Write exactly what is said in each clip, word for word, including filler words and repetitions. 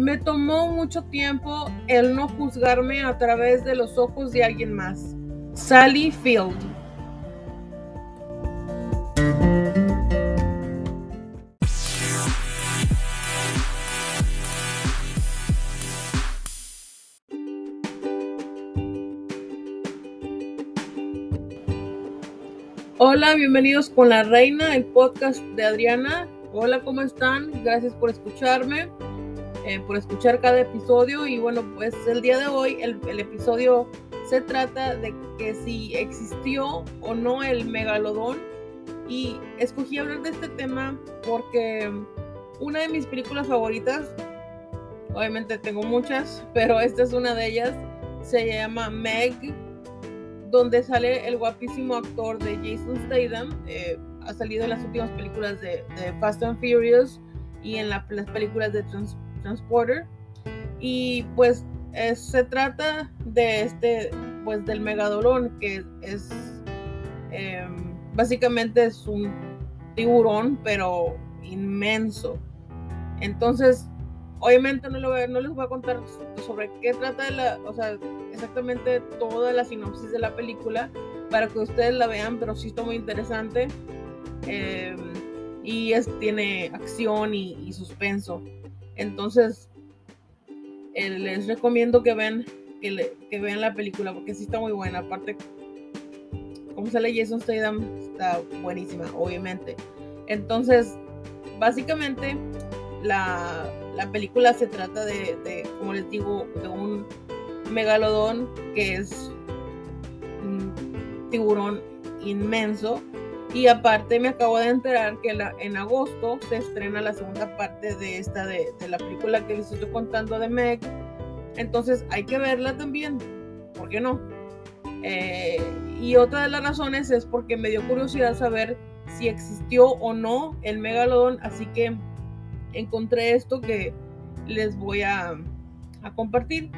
Me tomó mucho tiempo el no juzgarme a través de los ojos de alguien más. Sally Field. Hola, bienvenidos con La Reina, el podcast de Adriana. Hola, ¿cómo están? Gracias por escucharme, eh, por escuchar cada episodio. Y bueno, pues el día de hoy el, el episodio se trata de que si existió o no el megalodón. Y escogí hablar de este tema porque una de mis películas favoritas, obviamente tengo muchas, pero esta es una de ellas, se llama Meg, donde sale el guapísimo actor de Jason Statham. Eh, ha salido en las últimas películas de, de Fast and Furious y en la, las películas de Trans, Transporter. Y pues es, se trata de este, pues del megalodón, que es eh, básicamente es un tiburón, pero inmenso. Entonces, obviamente no, lo voy a, no les voy a contar sobre qué trata la, o sea, exactamente toda la sinopsis de la película para que ustedes la vean, pero sí está muy interesante. Eh, y es, tiene acción y, y suspenso. Entonces, eh, les recomiendo que vean, que, le, que vean la película porque sí está muy buena. Aparte, como sale Jason Statham, está buenísima, obviamente. Entonces, básicamente, la, la película se trata de, de, como les digo, de un megalodón que es un tiburón inmenso. Y aparte me acabo de enterar que la, en agosto se estrena la segunda parte de esta de, de la película que les estoy contando de Meg. Entonces hay que verla también, ¿por qué no? Eh, y otra de las razones es porque me dio curiosidad saber si existió o no el megalodón, así que encontré esto que les voy a, a compartir.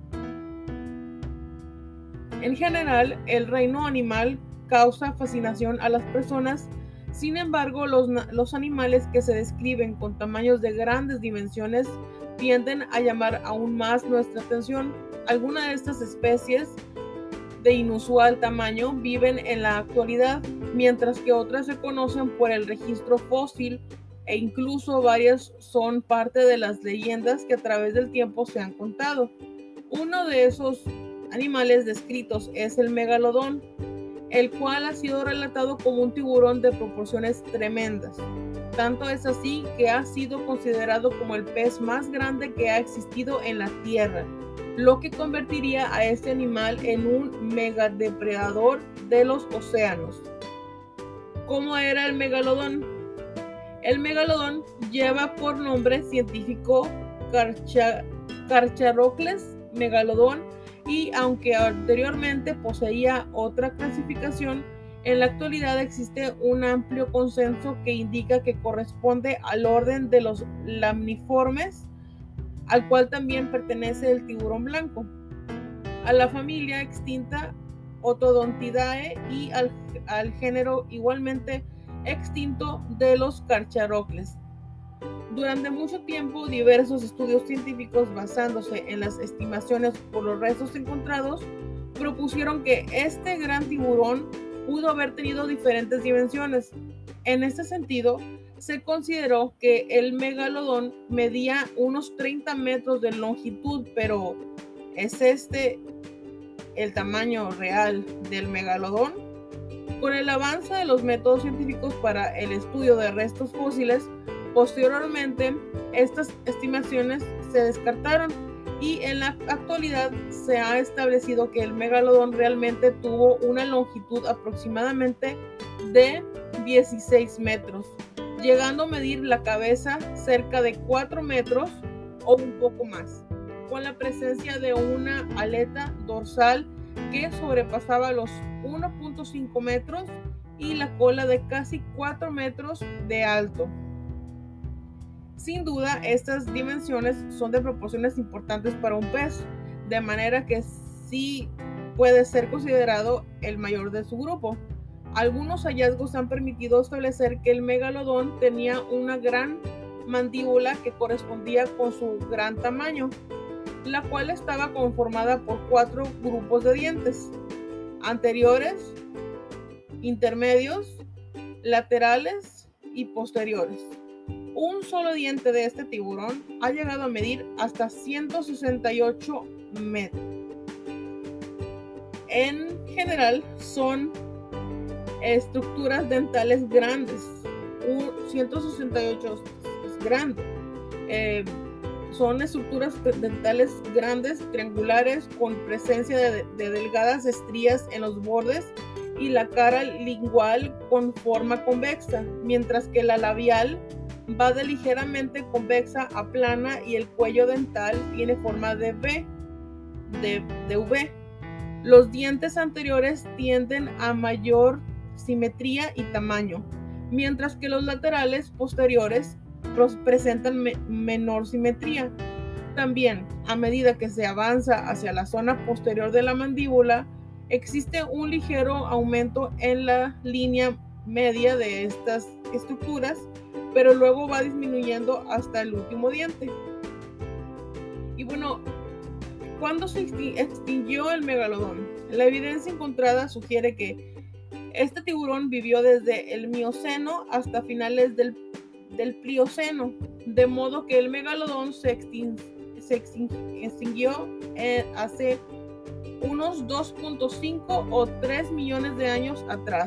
En general, el reino animal causa fascinación a las personas. Sin embargo, los, los animales que se describen con tamaños de grandes dimensiones tienden a llamar aún más nuestra atención. Algunas de estas especies de inusual tamaño viven en la actualidad, mientras que otras se conocen por el registro fósil e incluso varias son parte de las leyendas que a través del tiempo se han contado. Uno de esos animales descritos es el megalodón, el cual ha sido relatado como un tiburón de proporciones tremendas. Tanto es así que ha sido considerado como el pez más grande que ha existido en la Tierra, lo que convertiría a este animal en un megadepredador de los océanos. ¿Cómo era el megalodón? El megalodón lleva por nombre científico Carcha, Carcharodontes megalodon, y aunque anteriormente poseía otra clasificación, en la actualidad existe un amplio consenso que indica que corresponde al orden de los lamniformes, al cual también pertenece el tiburón blanco, a la familia extinta Otodontidae y al, al género igualmente extinto de los Carcharodontes. Durante mucho tiempo, diversos estudios científicos basándose en las estimaciones por los restos encontrados propusieron que este gran tiburón pudo haber tenido diferentes dimensiones. En este sentido, se consideró que el megalodón medía unos treinta metros de longitud, pero ¿es este el tamaño real del megalodón? Con el avance de los métodos científicos para el estudio de restos fósiles, posteriormente estas estimaciones se descartaron y en la actualidad se ha establecido que el megalodón realmente tuvo una longitud aproximadamente de dieciséis metros, llegando a medir la cabeza cerca de cuatro metros o un poco más, con la presencia de una aleta dorsal que sobrepasaba los uno punto cinco metros y la cola de casi cuatro metros de alto. Sin duda, estas dimensiones son de proporciones importantes para un pez, de manera que sí puede ser considerado el mayor de su grupo. Algunos hallazgos han permitido establecer que el megalodón tenía una gran mandíbula que correspondía con su gran tamaño, la cual estaba conformada por cuatro grupos de dientes: anteriores, intermedios, laterales y posteriores. Un solo diente de este tiburón ha llegado a medir hasta ciento sesenta y ocho metros. En general son estructuras dentales grandes. ciento sesenta y ocho es grande. Eh, son estructuras dentales grandes, triangulares, con presencia de, de delgadas estrías en los bordes y la cara lingual con forma convexa, mientras que la labial va de ligeramente convexa a plana y el cuello dental tiene forma de V, de, de V. Los dientes anteriores tienden a mayor simetría y tamaño, mientras que los laterales posteriores presentan me menor simetría. También, a medida que se avanza hacia la zona posterior de la mandíbula, existe un ligero aumento en la línea media de estas estructuras, pero luego va disminuyendo hasta el último diente. Y bueno, ¿cuándo se extinguió el megalodón? La evidencia encontrada sugiere que este tiburón vivió desde el Mioceno hasta finales del, del Plioceno, de modo que el megalodón se, extin se extinguió eh, hace unos dos punto cinco o tres millones de años atrás.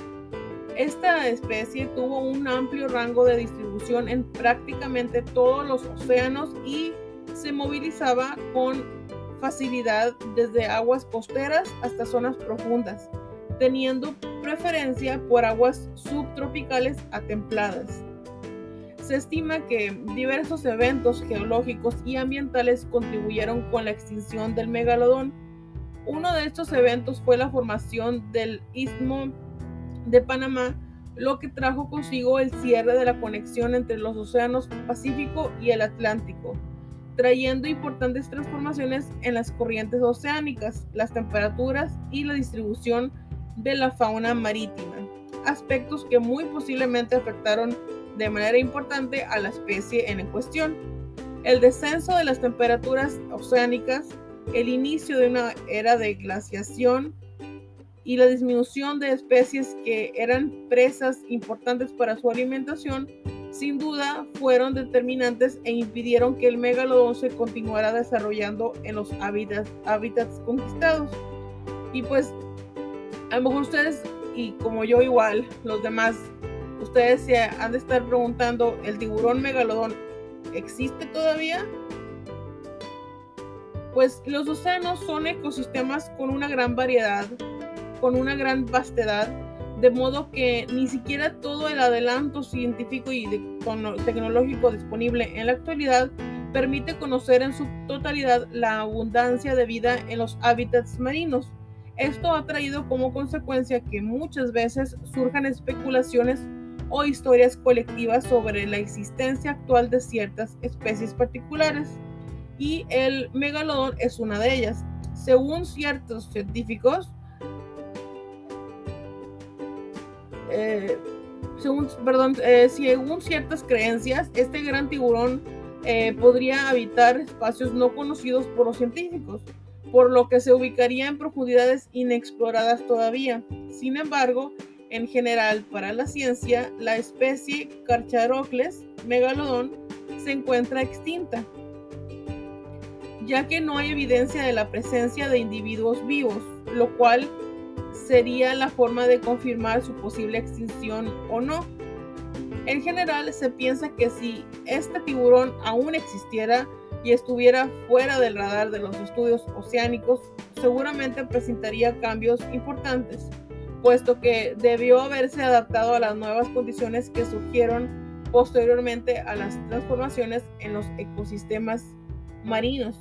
Esta especie tuvo un amplio rango de distribución en prácticamente todos los océanos y se movilizaba con facilidad desde aguas costeras hasta zonas profundas, teniendo preferencia por aguas subtropicales a templadas. Se estima que diversos eventos geológicos y ambientales contribuyeron con la extinción del megalodón. Uno de estos eventos fue la formación del Istmo de Panamá, lo que trajo consigo el cierre de la conexión entre los océanos Pacífico y el Atlántico, trayendo importantes transformaciones en las corrientes oceánicas, las temperaturas y la distribución de la fauna marítima, aspectos que muy posiblemente afectaron de manera importante a la especie en cuestión. El descenso de las temperaturas oceánicas, el inicio de una era de glaciación y la disminución de especies que eran presas importantes para su alimentación, sin duda fueron determinantes e impidieron que el megalodón se continuara desarrollando en los hábitats, hábitats conquistados. Y pues, a lo mejor ustedes, y como yo igual, los demás, ustedes se han de estar preguntando, ¿el tiburón megalodón existe todavía? Pues los océanos son ecosistemas con una gran variedad, con una gran vastedad, de modo que ni siquiera todo el adelanto científico y de, tecnológico disponible en la actualidad permite conocer en su totalidad la abundancia de vida en los hábitats marinos. Esto ha traído como consecuencia que muchas veces surjan especulaciones o historias colectivas sobre la existencia actual de ciertas especies particulares, y el megalodón es una de ellas. Según ciertos científicos, Eh, según, perdón, eh, según ciertas creencias, este gran tiburón eh, podría habitar espacios no conocidos por los científicos, por lo que se ubicaría en profundidades inexploradas todavía. Sin embargo, en general, para la ciencia, la especie Carcharodontes megalodon se encuentra extinta, ya que no hay evidencia de la presencia de individuos vivos, lo cual sería la forma de confirmar su posible extinción o no. En general, se piensa que si este tiburón aún existiera y estuviera fuera del radar de los estudios oceánicos, seguramente presentaría cambios importantes, puesto que debió haberse adaptado a las nuevas condiciones que surgieron posteriormente a las transformaciones en los ecosistemas marinos.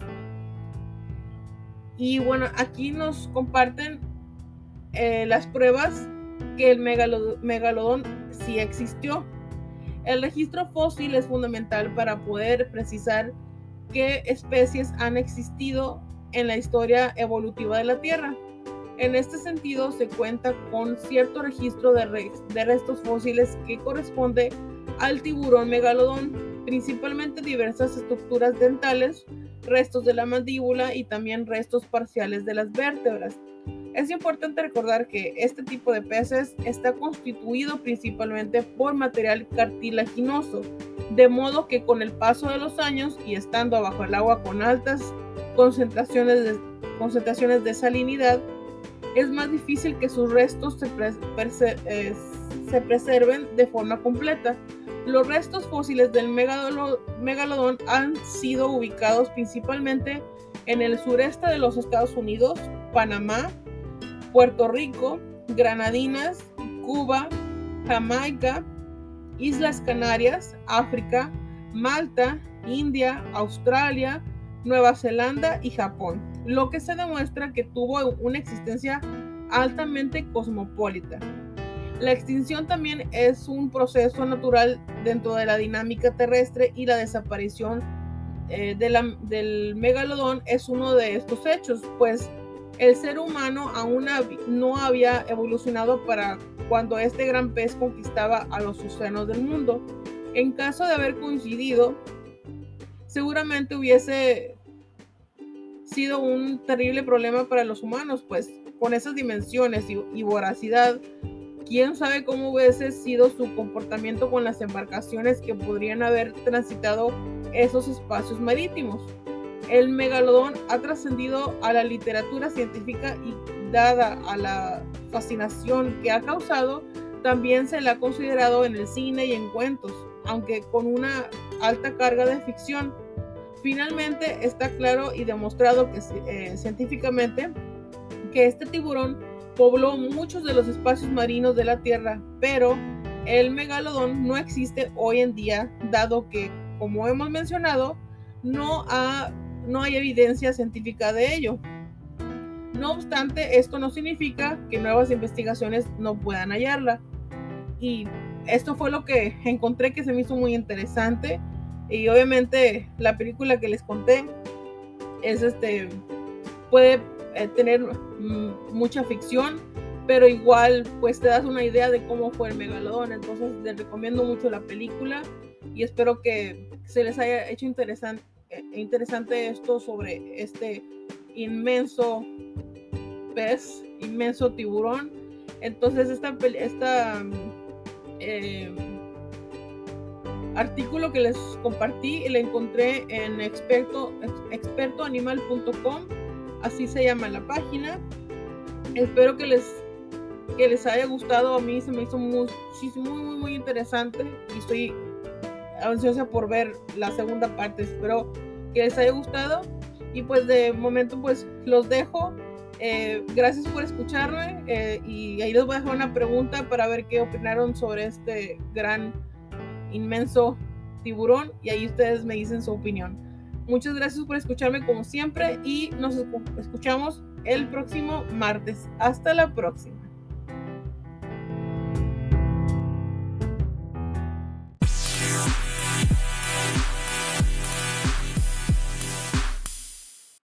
Y bueno, aquí nos comparten eh, las pruebas que el megalodón, megalodón sí existió. El registro fósil es fundamental para poder precisar qué especies han existido en la historia evolutiva de la Tierra. En este sentido, se cuenta con cierto registro de, re de restos fósiles que corresponde al tiburón megalodón, principalmente diversas estructuras dentales, restos de la mandíbula y también restos parciales de las vértebras. Es importante recordar que este tipo de peces está constituido principalmente por material cartilaginoso, de modo que con el paso de los años y estando bajo el agua con altas concentraciones de, concentraciones de salinidad, es más difícil que sus restos se, pre, perse, eh, se preserven de forma completa. Los restos fósiles del megalodón han sido ubicados principalmente en el sureste de los Estados Unidos, Panamá, Puerto Rico, Granadinas, Cuba, Jamaica, Islas Canarias, África, Malta, India, Australia, Nueva Zelanda y Japón, lo que se demuestra que tuvo una existencia altamente cosmopolita. La extinción también es un proceso natural dentro de la dinámica terrestre y la desaparición eh, de la, del megalodón es uno de estos hechos, pues el ser humano aún no había evolucionado para cuando este gran pez conquistaba a los océanos del mundo. En caso de haber coincidido, seguramente hubiese sido un terrible problema para los humanos, pues con esas dimensiones y, y voracidad, quién sabe cómo hubiese sido su comportamiento con las embarcaciones que podrían haber transitado esos espacios marítimos. El megalodón ha trascendido a la literatura científica y dada a la fascinación que ha causado, también se la ha considerado en el cine y en cuentos, aunque con una alta carga de ficción. Finalmente está claro y demostrado que, eh, científicamente que este tiburón pobló muchos de los espacios marinos de la Tierra, pero el megalodón no existe hoy en día, dado que, como hemos mencionado, no, ha, no hay evidencia científica de ello. No obstante, esto no significa que nuevas investigaciones no puedan hallarla. Y esto fue lo que encontré que se me hizo muy interesante. Y obviamente la película que les conté es este puede eh, tener m- mucha ficción, pero igual pues te das una idea de cómo fue el megalodón. Entonces les recomiendo mucho la película y espero que se les haya hecho interesante, eh, interesante esto sobre este inmenso pez, inmenso tiburón. Entonces esta, esta eh, artículo que les compartí la encontré en experto, experto animal punto com, así se llama la página. Espero que les, que les haya gustado. A mí se me hizo muy, muy, muy, muy interesante y estoy ansiosa por ver la segunda parte. Espero que les haya gustado y pues de momento pues los dejo. Eh, gracias por escucharme eh, y ahí les voy a dejar una pregunta para ver qué opinaron sobre este gran inmenso tiburón y ahí ustedes me dicen su opinión. Muchas gracias por escucharme como siempre y nos escuchamos el próximo martes. Hasta la próxima.